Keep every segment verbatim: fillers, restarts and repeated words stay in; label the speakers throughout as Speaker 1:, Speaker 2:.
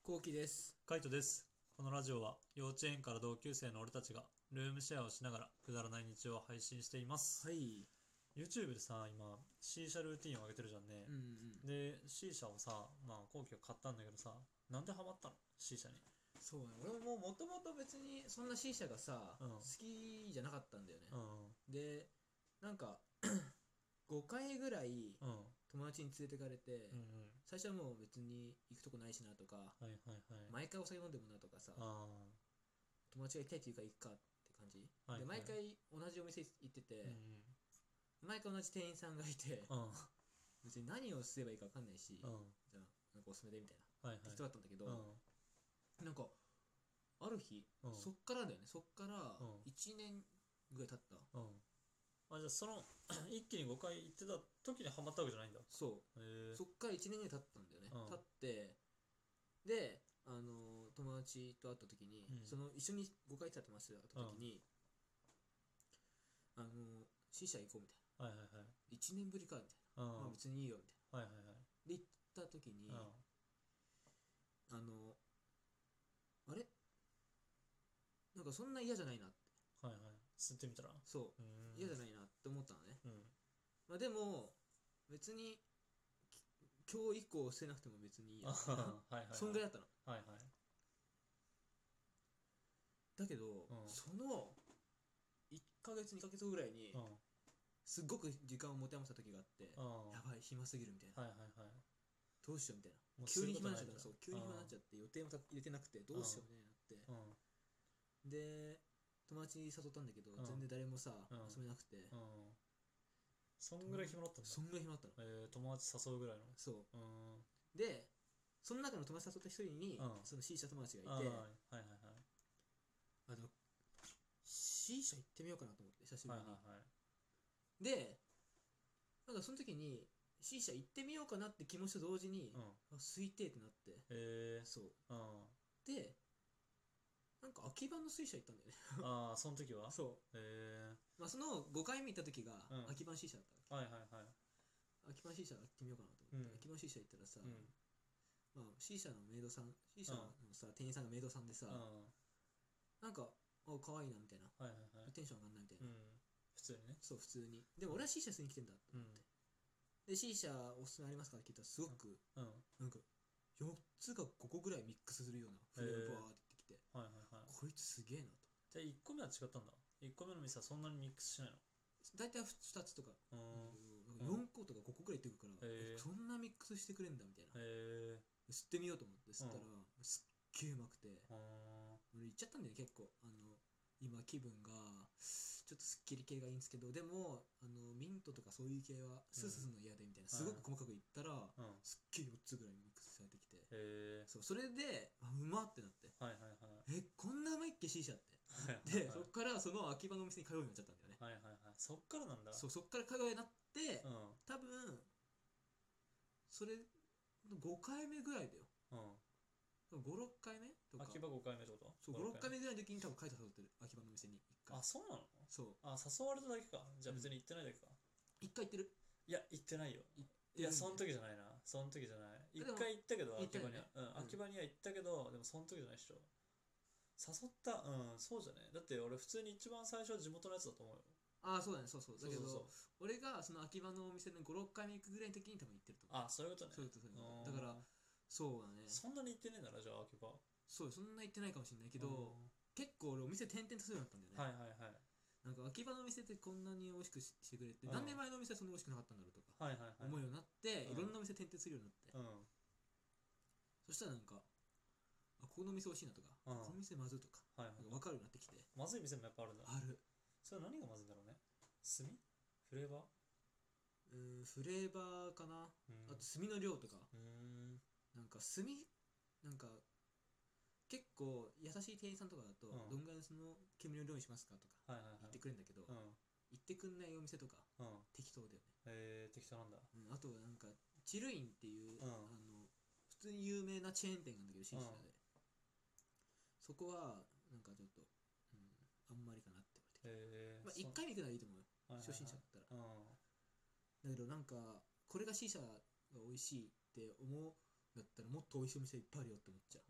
Speaker 1: こうきです。
Speaker 2: カイトです。このラジオは幼稚園から同級生の俺たちがルームシェアをしながらくだらない日常を配信しています。
Speaker 1: はい。
Speaker 2: YouTube でさ、今 C 社ルーティンを上げてるじゃんね。
Speaker 1: うんうん。
Speaker 2: で、C 社をさ、まあ、後期が買ったんだけどさ、なんでハマったの ?C 社に。
Speaker 1: そうね。俺ももともと別にそんな C 社がさ、
Speaker 2: うん。
Speaker 1: 好きじゃなかったんだよね。
Speaker 2: うん。
Speaker 1: で、なんかごかいぐらい
Speaker 2: うん。
Speaker 1: 友達に連れてかれて、
Speaker 2: うん。
Speaker 1: 最初はもう別に行くとこないしなとか、
Speaker 2: はいはいはい。
Speaker 1: 毎回お酒飲んでもなとかさ、
Speaker 2: あ
Speaker 1: 友達が行きたいって言うから行くかって感じ。
Speaker 2: あ。はい
Speaker 1: で、
Speaker 2: はい。
Speaker 1: 毎回同じお店行って
Speaker 2: うん
Speaker 1: て、毎回同じ店員さんがいて、
Speaker 2: うん。うん。
Speaker 1: 別に何をすればいいか分かんないし、
Speaker 2: うん。
Speaker 1: じゃあ、なんかおすすめでみたい
Speaker 2: はいはい。
Speaker 1: な人だったんだけど、
Speaker 2: うん。
Speaker 1: なんかある日、
Speaker 2: うん。
Speaker 1: そっからだよね、そっから
Speaker 2: うん。
Speaker 1: いちねんぐらい経った。
Speaker 2: うん。あ、じゃあその一気にごかい行ってた時にハマったわけじゃないんだ。へ
Speaker 1: そう
Speaker 2: え。
Speaker 1: そっからいちねんぐらい経ったんだよね、
Speaker 2: うん。
Speaker 1: 経って。であの友達と会った時に、
Speaker 2: うん。
Speaker 1: その一緒にごかい行ってた友達と会った時に、あの C 社行こうみたい
Speaker 2: はいはいはい。
Speaker 1: な、いちねんぶりかみたいな、
Speaker 2: うん。
Speaker 1: まあ別にいいよみたい
Speaker 2: はいはいはい。
Speaker 1: なで行った時に、
Speaker 2: うん。
Speaker 1: あのあれなんかそんな嫌じゃないなって、
Speaker 2: はいはい。吸ってみたら。う
Speaker 1: そう
Speaker 2: ーん。
Speaker 1: 嫌じゃないなって思ったのね。
Speaker 2: うん。
Speaker 1: まあでも別に今日以降捨てなくても別にいいや
Speaker 2: あ
Speaker 1: みたいな、
Speaker 2: はいはいはい。
Speaker 1: そんぐらいだったの。
Speaker 2: はいはい。
Speaker 1: だけど、
Speaker 2: うん。
Speaker 1: そのいっかげつにかげつごぐらいに
Speaker 2: うん。
Speaker 1: すっごく時間を持て余した時があって、
Speaker 2: うん。
Speaker 1: やばい暇すぎるみたいな、
Speaker 2: はいはいはい。
Speaker 1: どうしようみたいな、
Speaker 2: もうす
Speaker 1: 急に
Speaker 2: ることないんだ。
Speaker 1: 暇になっちゃった。そう急に暇になっちゃって予定も入れてなくてどうしようみたいになって、
Speaker 2: うん。
Speaker 1: で友達に誘ったんだけど、
Speaker 2: うん。
Speaker 1: 全然誰もさ、
Speaker 2: うん。
Speaker 1: 遊べなくて、
Speaker 2: うん。そんぐらい暇だったんだ。
Speaker 1: そんぐらい暇だったの。
Speaker 2: えー、友達誘うぐらいの。
Speaker 1: そ
Speaker 2: うーん。
Speaker 1: うでその中の友達誘った一人に、
Speaker 2: うん。
Speaker 1: その C 社友達がい
Speaker 2: ああ、
Speaker 1: て、
Speaker 2: はいはいはい。
Speaker 1: あの C 社行ってみようかなと思って久しぶ
Speaker 2: はい
Speaker 1: りに、
Speaker 2: はいはい。
Speaker 1: でなんかその時に C 社行ってみようかなって気持ちと同時に、
Speaker 2: うん。
Speaker 1: あ吸いてえってなって、
Speaker 2: えー。
Speaker 1: そう
Speaker 2: うん。
Speaker 1: でなんか秋葉の水車行ったんだよね。
Speaker 2: ああ、その時は
Speaker 1: そ
Speaker 2: え
Speaker 1: う、まあ、そのごかいめ行った時が
Speaker 2: ー。うん。
Speaker 1: 秋葉の C 社だったわ
Speaker 2: はいはいはい。
Speaker 1: け。秋葉の C 社行ってみようかなと
Speaker 2: うん。
Speaker 1: 思って、秋葉の C 社行ったらさ、
Speaker 2: うん。
Speaker 1: まあ、C 社のメイドさん C
Speaker 2: うん。
Speaker 1: 社のさ店員さんがメイドさんでさ、
Speaker 2: うん。
Speaker 1: なんかあ可愛いなみたいな、
Speaker 2: はいはいはい。
Speaker 1: テンション上がんないみたいな、
Speaker 2: うん。普通にね。
Speaker 1: そう普通に。でも俺は C 社吸いに来てんだと
Speaker 2: うん。
Speaker 1: 思って、で C 社おすすめありますかって聞いたらすごく
Speaker 2: うん。
Speaker 1: なんかよっつがごこぐらいミックスするようなフレームバーって言ってきて、
Speaker 2: はいはいはい。
Speaker 1: こいつすげえなと。
Speaker 2: じゃあいっこめは違ったんだ。いっこめの店はそんなにミックスしないの。
Speaker 1: 大体ふたつとか
Speaker 2: うーん。
Speaker 1: なんだけど、よんことかごこぐらい言ってくるから、
Speaker 2: へえ。
Speaker 1: えそんなミックスしてくれんだみたいな。
Speaker 2: へえ。
Speaker 1: 吸ってみようと思って吸ったら、
Speaker 2: うん
Speaker 1: すっげえうまくて、
Speaker 2: うーん。
Speaker 1: 俺言っちゃったんだよね結構。あの今気分がちょっとすっきり系がいいんですけど、でもあのミントとかそういう系はスースーするの嫌でみたいな、すごく細かく言ったら、
Speaker 2: うん。
Speaker 1: すっげえよっつぐらいミックスされてきて、
Speaker 2: へえ。
Speaker 1: そうそれであうまってなって、
Speaker 2: はいはいはい。
Speaker 1: えこんなうまいっけ C 社って。
Speaker 2: はいはい
Speaker 1: で
Speaker 2: はい。
Speaker 1: そっからその秋葉のお店に通うようになっちゃったんだよね。
Speaker 2: はいはいはい。そっからなんだ。
Speaker 1: そうそっから通うようになって、
Speaker 2: うん。
Speaker 1: 多分それごかいめぐらいだよ。
Speaker 2: うん。
Speaker 1: ご、ろっかいめとか。
Speaker 2: 秋葉ごかいめってこと？
Speaker 1: そう、ご、ろっかいめぐらいの時に多分書いて誘ってる。秋葉の店にいっかい。
Speaker 2: あ、そうなの？
Speaker 1: そう。
Speaker 2: あ、誘われただけか。じゃあ別に行ってないだけか。
Speaker 1: いっかい行ってる。
Speaker 2: いや、行ってないよ。
Speaker 1: 行って
Speaker 2: いや、
Speaker 1: るんだよ。
Speaker 2: その時じゃないな。その時じゃない。一
Speaker 1: でも
Speaker 2: 回行ったけど、
Speaker 1: 行ったよね
Speaker 2: 秋葉には。うん、
Speaker 1: うん
Speaker 2: 秋葉には行ったけど、でもその時じゃないっしょ。誘った、うん、そうじゃね。だって俺普通に一番最初は地元のやつだと思うよ。
Speaker 1: ああ、そうだね、そうそう。だけど、
Speaker 2: そうそうそう。
Speaker 1: 俺がその秋葉のお店のご、ろっかいめ行くぐらいの時に多分行ってると思う。
Speaker 2: あ、そういうことね。
Speaker 1: そういうこと、そういうこ
Speaker 2: うーん
Speaker 1: と。だから、そうだね。
Speaker 2: そんなに行ってねえなら、じゃあ秋葉。
Speaker 1: そう、そんな行ってないかもしれないけ
Speaker 2: う
Speaker 1: ど、結構俺お店転々とするようになったんだよね。
Speaker 2: はいはいはい。
Speaker 1: なんか秋葉のお店ってこんなに美味しくししてくれて、
Speaker 2: うん
Speaker 1: 何年前のお店はそんな美味しくなかったんだろうとか
Speaker 2: はいはいはい。
Speaker 1: 思うようになって、
Speaker 2: うん
Speaker 1: いろんなお店転々するようになって、
Speaker 2: うん。
Speaker 1: そしたらなんか、あ、ここの店美味しいなとか、
Speaker 2: うん
Speaker 1: この店まずいとか、
Speaker 2: はいはい。
Speaker 1: なんか分かるようになってきて。
Speaker 2: まずい店もやっぱあるんだ。
Speaker 1: ある。
Speaker 2: それは何がまずいんだろうね。炭フレーバー
Speaker 1: うーん、フレーバーかな。
Speaker 2: うん。
Speaker 1: あと炭の量とか。
Speaker 2: うーん。
Speaker 1: なんか炭、なんか結構優しい店員さんとかだと、
Speaker 2: うん
Speaker 1: どんぐらいのその煙の量にしますかとか
Speaker 2: はいはいはい。
Speaker 1: 言ってくれるんだけど、
Speaker 2: うん。
Speaker 1: 言ってくんないお店とか
Speaker 2: うん。
Speaker 1: 適当だよね。
Speaker 2: えー、適当なんだ。
Speaker 1: うん、あとはなんかチルインっていう、
Speaker 2: うん
Speaker 1: あの普通に有名なチェーン店なんだけど C 社で、そこはなんかちょっと、うん、あんまりかなって言われて、
Speaker 2: えー、
Speaker 1: まあ、いっかいめ行くならいいと思うよ、
Speaker 2: はいはいはい
Speaker 1: 初心者だったら。
Speaker 2: うん。
Speaker 1: だけどなんかこれが C 社が美味しいって思うだったらもっと美味しいお店いっぱいあるよって思っちゃう。
Speaker 2: うー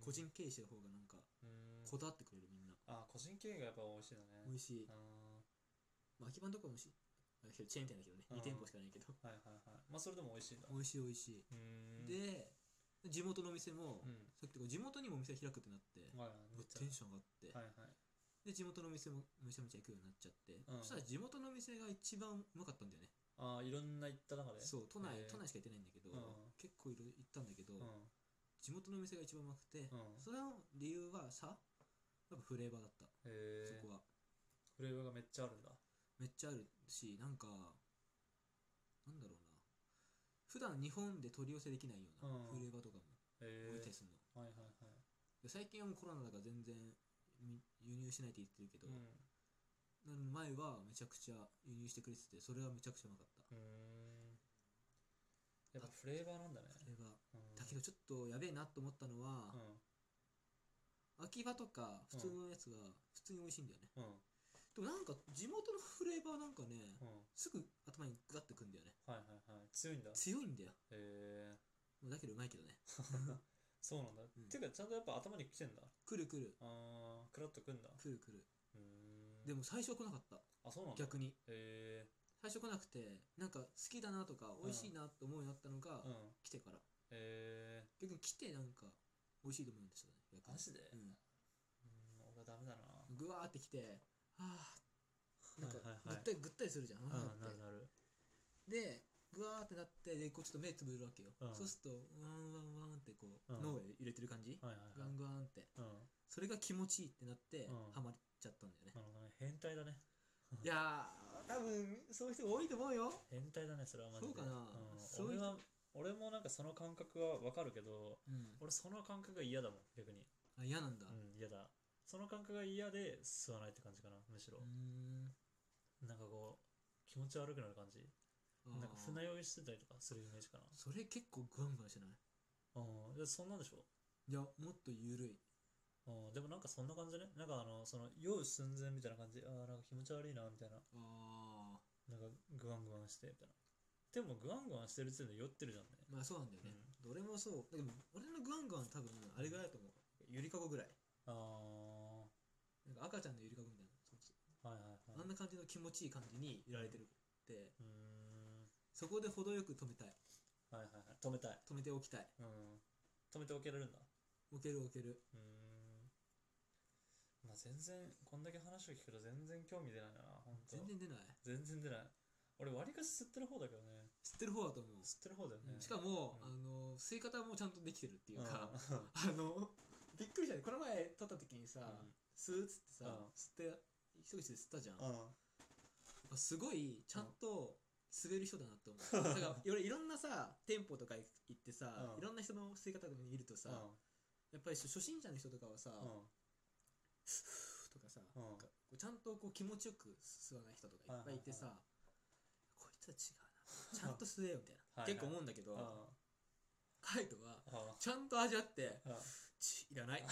Speaker 1: 個人経営してる方がなんか
Speaker 2: うーん
Speaker 1: こだわってくれるみんな。
Speaker 2: あ個人経営がやっぱ美味しいんだね。
Speaker 1: 美味しい。
Speaker 2: あ
Speaker 1: まあ、秋葉のとこも美味しい。あチェーン店だけどね、
Speaker 2: うん
Speaker 1: に店舗しかないけど。
Speaker 2: ーはいはいはい。まあそれでも美味しいんだ。
Speaker 1: 美味しい美味しい。
Speaker 2: うーん
Speaker 1: で、地元のお店も、
Speaker 2: うん
Speaker 1: さっきと地元にもお店開くってなって、
Speaker 2: はいはいめっちゃ
Speaker 1: テンション上がって、
Speaker 2: はいはい
Speaker 1: で、地元のお店もめちゃめちゃ行くようになっちゃって、
Speaker 2: うん
Speaker 1: そしたら地元のお店が一番うまかったんだよね。
Speaker 2: ああいろんな行った中で
Speaker 1: そう、都内、
Speaker 2: へー
Speaker 1: 都内しか行ってないんだけど、
Speaker 2: うん
Speaker 1: 結構いろいろ行ったんだけど、
Speaker 2: うん
Speaker 1: 地元のお店が一番うまくて、
Speaker 2: うん
Speaker 1: それの理由はさ、やっぱフレーバーだった。
Speaker 2: へえ
Speaker 1: そこは。
Speaker 2: フレーバーがめっちゃあるんだ。
Speaker 1: めっちゃあるし、なんか、なんだろうな。普段日本で取り寄せできないような
Speaker 2: うん
Speaker 1: フレーバーとかも
Speaker 2: へえ
Speaker 1: 置いたりするの。
Speaker 2: はいはいはい
Speaker 1: で最近はもうコロナだから全然み輸入しないって言ってるけど、
Speaker 2: うん
Speaker 1: なので前はめちゃくちゃ輸入してくれてて、それはめちゃくちゃうまかった。
Speaker 2: うーんやっぱフレーバーなんだね。
Speaker 1: フレーバー。
Speaker 2: うん
Speaker 1: だけどちょっとやべえなと思ったのは、
Speaker 2: うん
Speaker 1: 秋葉とか普通のやつは普通に美味しいんだよね。
Speaker 2: うん
Speaker 1: でもなんか地元のフレーバーなんかね、
Speaker 2: うん
Speaker 1: すぐ頭にグワッとくんだよね。
Speaker 2: はいはいはい強いんだ。へ
Speaker 1: 強いんだよ。
Speaker 2: え
Speaker 1: だけどうまいけどね。
Speaker 2: そうなんだ。
Speaker 1: ん
Speaker 2: ていうかちゃんとやっぱ頭に来てんだ。
Speaker 1: くるくる。
Speaker 2: ああクラッとくんだ。
Speaker 1: くるくる。
Speaker 2: うーん
Speaker 1: でも最初来なかった。
Speaker 2: あそうなんだ。
Speaker 1: 逆に。
Speaker 2: へえ
Speaker 1: 最初来なくて、なんか好きだなとか美味しいなって思うようになったのが
Speaker 2: うん
Speaker 1: 来てから。
Speaker 2: へえ
Speaker 1: 逆に来てなんか美味しいと思うんですよね。逆に
Speaker 2: マジで
Speaker 1: うん。
Speaker 2: うん俺はダメだな。
Speaker 1: ぐわーって来て、はぁなんか
Speaker 2: はいはいはい
Speaker 1: ぐったりぐったりするじゃん。
Speaker 2: うん
Speaker 1: わーって
Speaker 2: なるなる。
Speaker 1: で、ぐわーってなって、で、こうちょっと目つぶるわけよ。
Speaker 2: うん
Speaker 1: そうすると、ワンワンワンってこう、
Speaker 2: うん
Speaker 1: 脳へ入れてる感じ、
Speaker 2: はいはい
Speaker 1: ガ
Speaker 2: はい
Speaker 1: ンガンって。
Speaker 2: うん
Speaker 1: それが気持ちいいってなって、
Speaker 2: うん
Speaker 1: ハマっちゃったんだよね。
Speaker 2: なるほどね変態だね。
Speaker 1: いやー、多分そういう人多いと思うよ。
Speaker 2: 変態だねそれはマジで。
Speaker 1: そうかな
Speaker 2: うん
Speaker 1: そういう人
Speaker 2: 俺は俺もなんかその感覚はわかるけど
Speaker 1: うん。
Speaker 2: 俺その感覚が嫌だもん逆に。
Speaker 1: あ、嫌なんだ。
Speaker 2: う
Speaker 1: うん
Speaker 2: 嫌だ。その感覚が嫌で吸わないって感じかなむしろ。
Speaker 1: ーん。
Speaker 2: なんかこう気持ち悪くなる感じ。
Speaker 1: あー
Speaker 2: なんか船酔いしてたりとかするイメージかな。
Speaker 1: それ結構グワングワンしてない？
Speaker 2: うんでそんなんでしょ。
Speaker 1: いや、もっとゆるい。
Speaker 2: うんでもなんかそんな感じね。なんかあのその酔う寸前みたいな感じ。ああなんか気持ち悪いなみたいな。
Speaker 1: あ
Speaker 2: なんかグワングワンしてみたいな。でもグワングワンしてる時点で酔ってるじゃんね。
Speaker 1: ー。まあそうなんだよね。どれもそう。でも俺のグワングワン多分あれぐらいだと思う。ゆりかごぐらい。
Speaker 2: あ
Speaker 1: なんか赤ちゃんのゆりかごみたいな。そうそう
Speaker 2: あはいはいはい。
Speaker 1: あんな感じの気持ちいい感じにいられてるって、
Speaker 2: うーん
Speaker 1: そこで程よく止めたい。
Speaker 2: はいはいはい。止めたい。
Speaker 1: 止めておきたい。
Speaker 2: うん。止めておけられるんだ。
Speaker 1: 置ける置ける。
Speaker 2: うーん。まあ全然、こんだけ話を聞くと全然興味出ないな、ほんと。
Speaker 1: 全然出ない。
Speaker 2: 全然出ない。俺、わりかし吸ってる方だけどね。
Speaker 1: 知ってる方だと思う。
Speaker 2: 吸ってる方だよね。
Speaker 1: しかも、
Speaker 2: うん
Speaker 1: あの吸い方もちゃんとできてるっていうか、
Speaker 2: うん
Speaker 1: あのびっくりしたね。この前撮った時にさ、
Speaker 2: うん
Speaker 1: スーッつってさ、
Speaker 2: うん
Speaker 1: 吸って一口で吸ったじゃん。
Speaker 2: うん。
Speaker 1: あすごいちゃんと滑る人だなって思う。だから俺いろんなさ店舗とか行ってさ、
Speaker 2: うん
Speaker 1: いろんな人の吸い方とか見るとさ、やっぱり初心者の人とかはさ、
Speaker 2: うん。
Speaker 1: とかさ、
Speaker 2: うん
Speaker 1: なんかこうちゃんとこう気持ちよく吸わない人とかいっぱいいてさ、
Speaker 2: はい
Speaker 1: こいつは違うな、ちゃんと吸えよみたいな
Speaker 2: はいはい
Speaker 1: 結構思うんだけど、
Speaker 2: うん。
Speaker 1: カイトは
Speaker 2: うん。
Speaker 1: ちゃんと味わって
Speaker 2: うん。
Speaker 1: ちいらない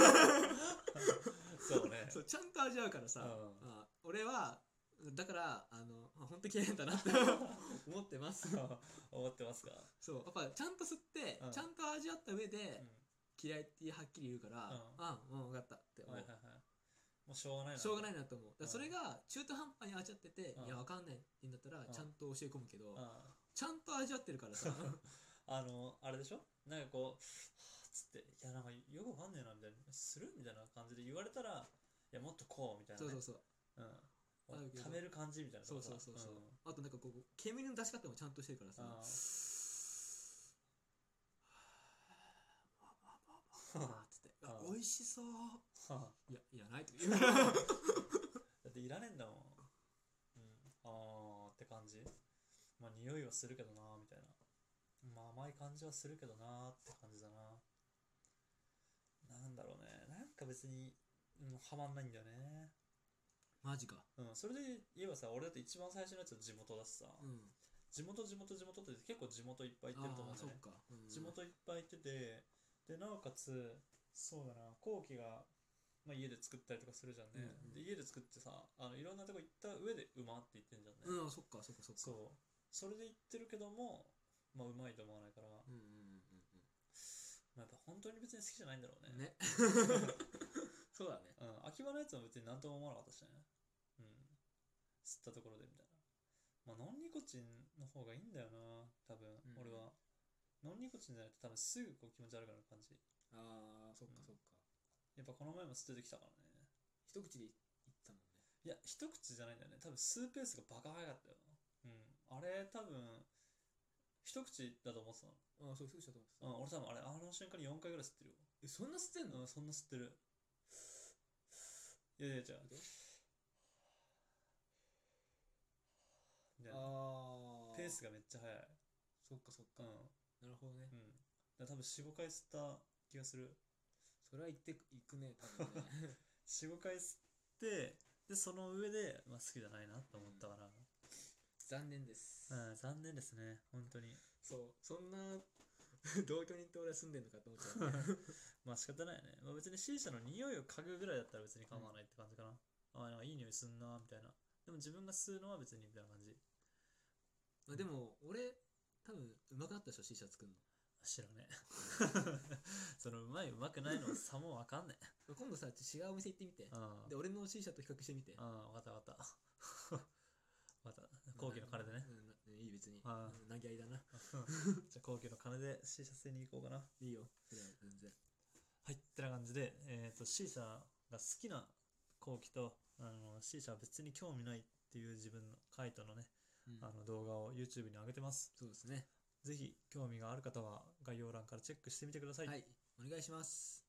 Speaker 2: そうね。
Speaker 1: そうちゃんと味わうからさ、
Speaker 2: うん
Speaker 1: あ俺はだからあのあ本当嫌いなんだなって思ってます
Speaker 2: 思ってますか。
Speaker 1: そうやっぱちゃんと吸って、
Speaker 2: うん
Speaker 1: ちゃんと味わった上で、
Speaker 2: うん。
Speaker 1: 嫌いってはっきり言うから、
Speaker 2: うん
Speaker 1: あもう分かったって思う、
Speaker 2: はいはいはい。もうしょうがないな。
Speaker 1: しょうがない
Speaker 2: な。
Speaker 1: なと思う。だからそれが中途半端に味わってて、
Speaker 2: うん
Speaker 1: いやわかんないって言うんだったら
Speaker 2: ん
Speaker 1: ちゃんと教え込むけど、
Speaker 2: うん。
Speaker 1: ちゃんと味わってるからさ
Speaker 2: あの、あれでしょなんかこう、はぁっつって、いやなんかよくわかんねえなみたいな、するみたいな感じで言われたら、いやもっとこうみたいな、ね。
Speaker 1: そうそうそう
Speaker 2: うん。
Speaker 1: あるけど
Speaker 2: 溜める感じみたいな
Speaker 1: そう
Speaker 2: とかさ。
Speaker 1: そうそうそう、
Speaker 2: ん
Speaker 1: あとなんかこう煙の出し方もちゃんとしてるからさ、
Speaker 2: あ
Speaker 1: あーっつってあ
Speaker 2: あー
Speaker 1: 美味しそう
Speaker 2: ーはい
Speaker 1: やいらないとか言う
Speaker 2: だっていらねえんだもん。うん。あーって感じ。まあ匂いはするけどなーみたいな。まあ甘い感じはするけどなーって感じだな。なんだろうね。なんか別に、うん、はまんないんだよね。
Speaker 1: マジか
Speaker 2: うん。それで言えばさ、俺だって一番最初のやつは地元だしさ。
Speaker 1: うん
Speaker 2: 地元地元地元って結構地元いっぱい行ってると思うんだよね。
Speaker 1: あーそっか、うん、
Speaker 2: 地元いっぱい行ってて、でなおかつそうだな後期が、まあ、家で作ったりとかするじゃんね、
Speaker 1: うんうん
Speaker 2: で家で作ってさあのいろんなとこ行った上でうまって言ってんじゃんね、
Speaker 1: うんそっかそっかそっか
Speaker 2: そうそれで言ってるけどもまあうまいと思わないから、
Speaker 1: うんうんうんうんうん
Speaker 2: まあ、やっぱ本当に別に好きじゃないんだろうね。
Speaker 1: ねそうだね。
Speaker 2: うん、秋葉のやつも別に何とも思わなかったしね。うん。吸ったところでみたいな。まあ、ノンニコチンの方がいいんだよな、多分、
Speaker 1: うん
Speaker 2: 俺は。ノンニコチンじゃないと多分すぐこう気持ち悪くなる感じ。
Speaker 1: ああ、そっかそっか。
Speaker 2: やっぱこの前も吸ってきたからね。
Speaker 1: 一口でいったもんね。
Speaker 2: いや、一口じゃないんだよね。多分吸うペースがバカ早かったよ。うん。あれ多分、一口だと思ってたの。
Speaker 1: ああ、そう、一口だと思ってた。
Speaker 2: うん、俺多分あれ、あの瞬間によんかいぐらい吸ってるよ。
Speaker 1: え、そんな吸ってんの？
Speaker 2: うん、そんな吸ってる。いやいや、じゃあ。みたいな。
Speaker 1: ああ。
Speaker 2: ペースがめっちゃ速い。
Speaker 1: そっかそっか。
Speaker 2: うん。
Speaker 1: なるほどね。
Speaker 2: うん。だから多分よん、ごかい吸った気がする。
Speaker 1: それは言っていくね、多分ね。
Speaker 2: よん、ごかい吸って、で、その上で、まあ、好きじゃないなと思ったから。
Speaker 1: 残念です。
Speaker 2: うん、残念ですね、本当に。
Speaker 1: そう、そんな同居人と俺は住んでんのかと思っちゃうね。
Speaker 2: まあ仕方ないよね。まあ、別に C 社の匂いを嗅ぐぐらいだったら別に構わないって感じかな。ああ、なんかいい匂いすんな、みたいな。でも自分が吸うのは別にみたいな感じ。
Speaker 1: まあでも、俺、多分、うまくなったでしょ、シーシャ作るの。
Speaker 2: 知らねえ。そのうまいうまくないの差もわかんねえ。
Speaker 1: 今度さ、違うお店行ってみて。
Speaker 2: あ
Speaker 1: で、俺のシーシャと比較してみて。
Speaker 2: あ、わかったわかった。わかった。後期の金でね。
Speaker 1: うん、いい別に。
Speaker 2: ああ
Speaker 1: うん投げ合いだな。
Speaker 2: じゃあ後期の金で C 社製に行こうかな。
Speaker 1: いいよ、それは全然。
Speaker 2: はい、ってな感じで、えー、と C 社が好きな後期とあの C 社は別に興味ないっていう自分のカイトのね、
Speaker 1: うん
Speaker 2: あの動画を YouTube に上げてます。
Speaker 1: そうですね。
Speaker 2: ぜひ興味がある方は概要欄からチェックしてみてください。
Speaker 1: はい、お願いします。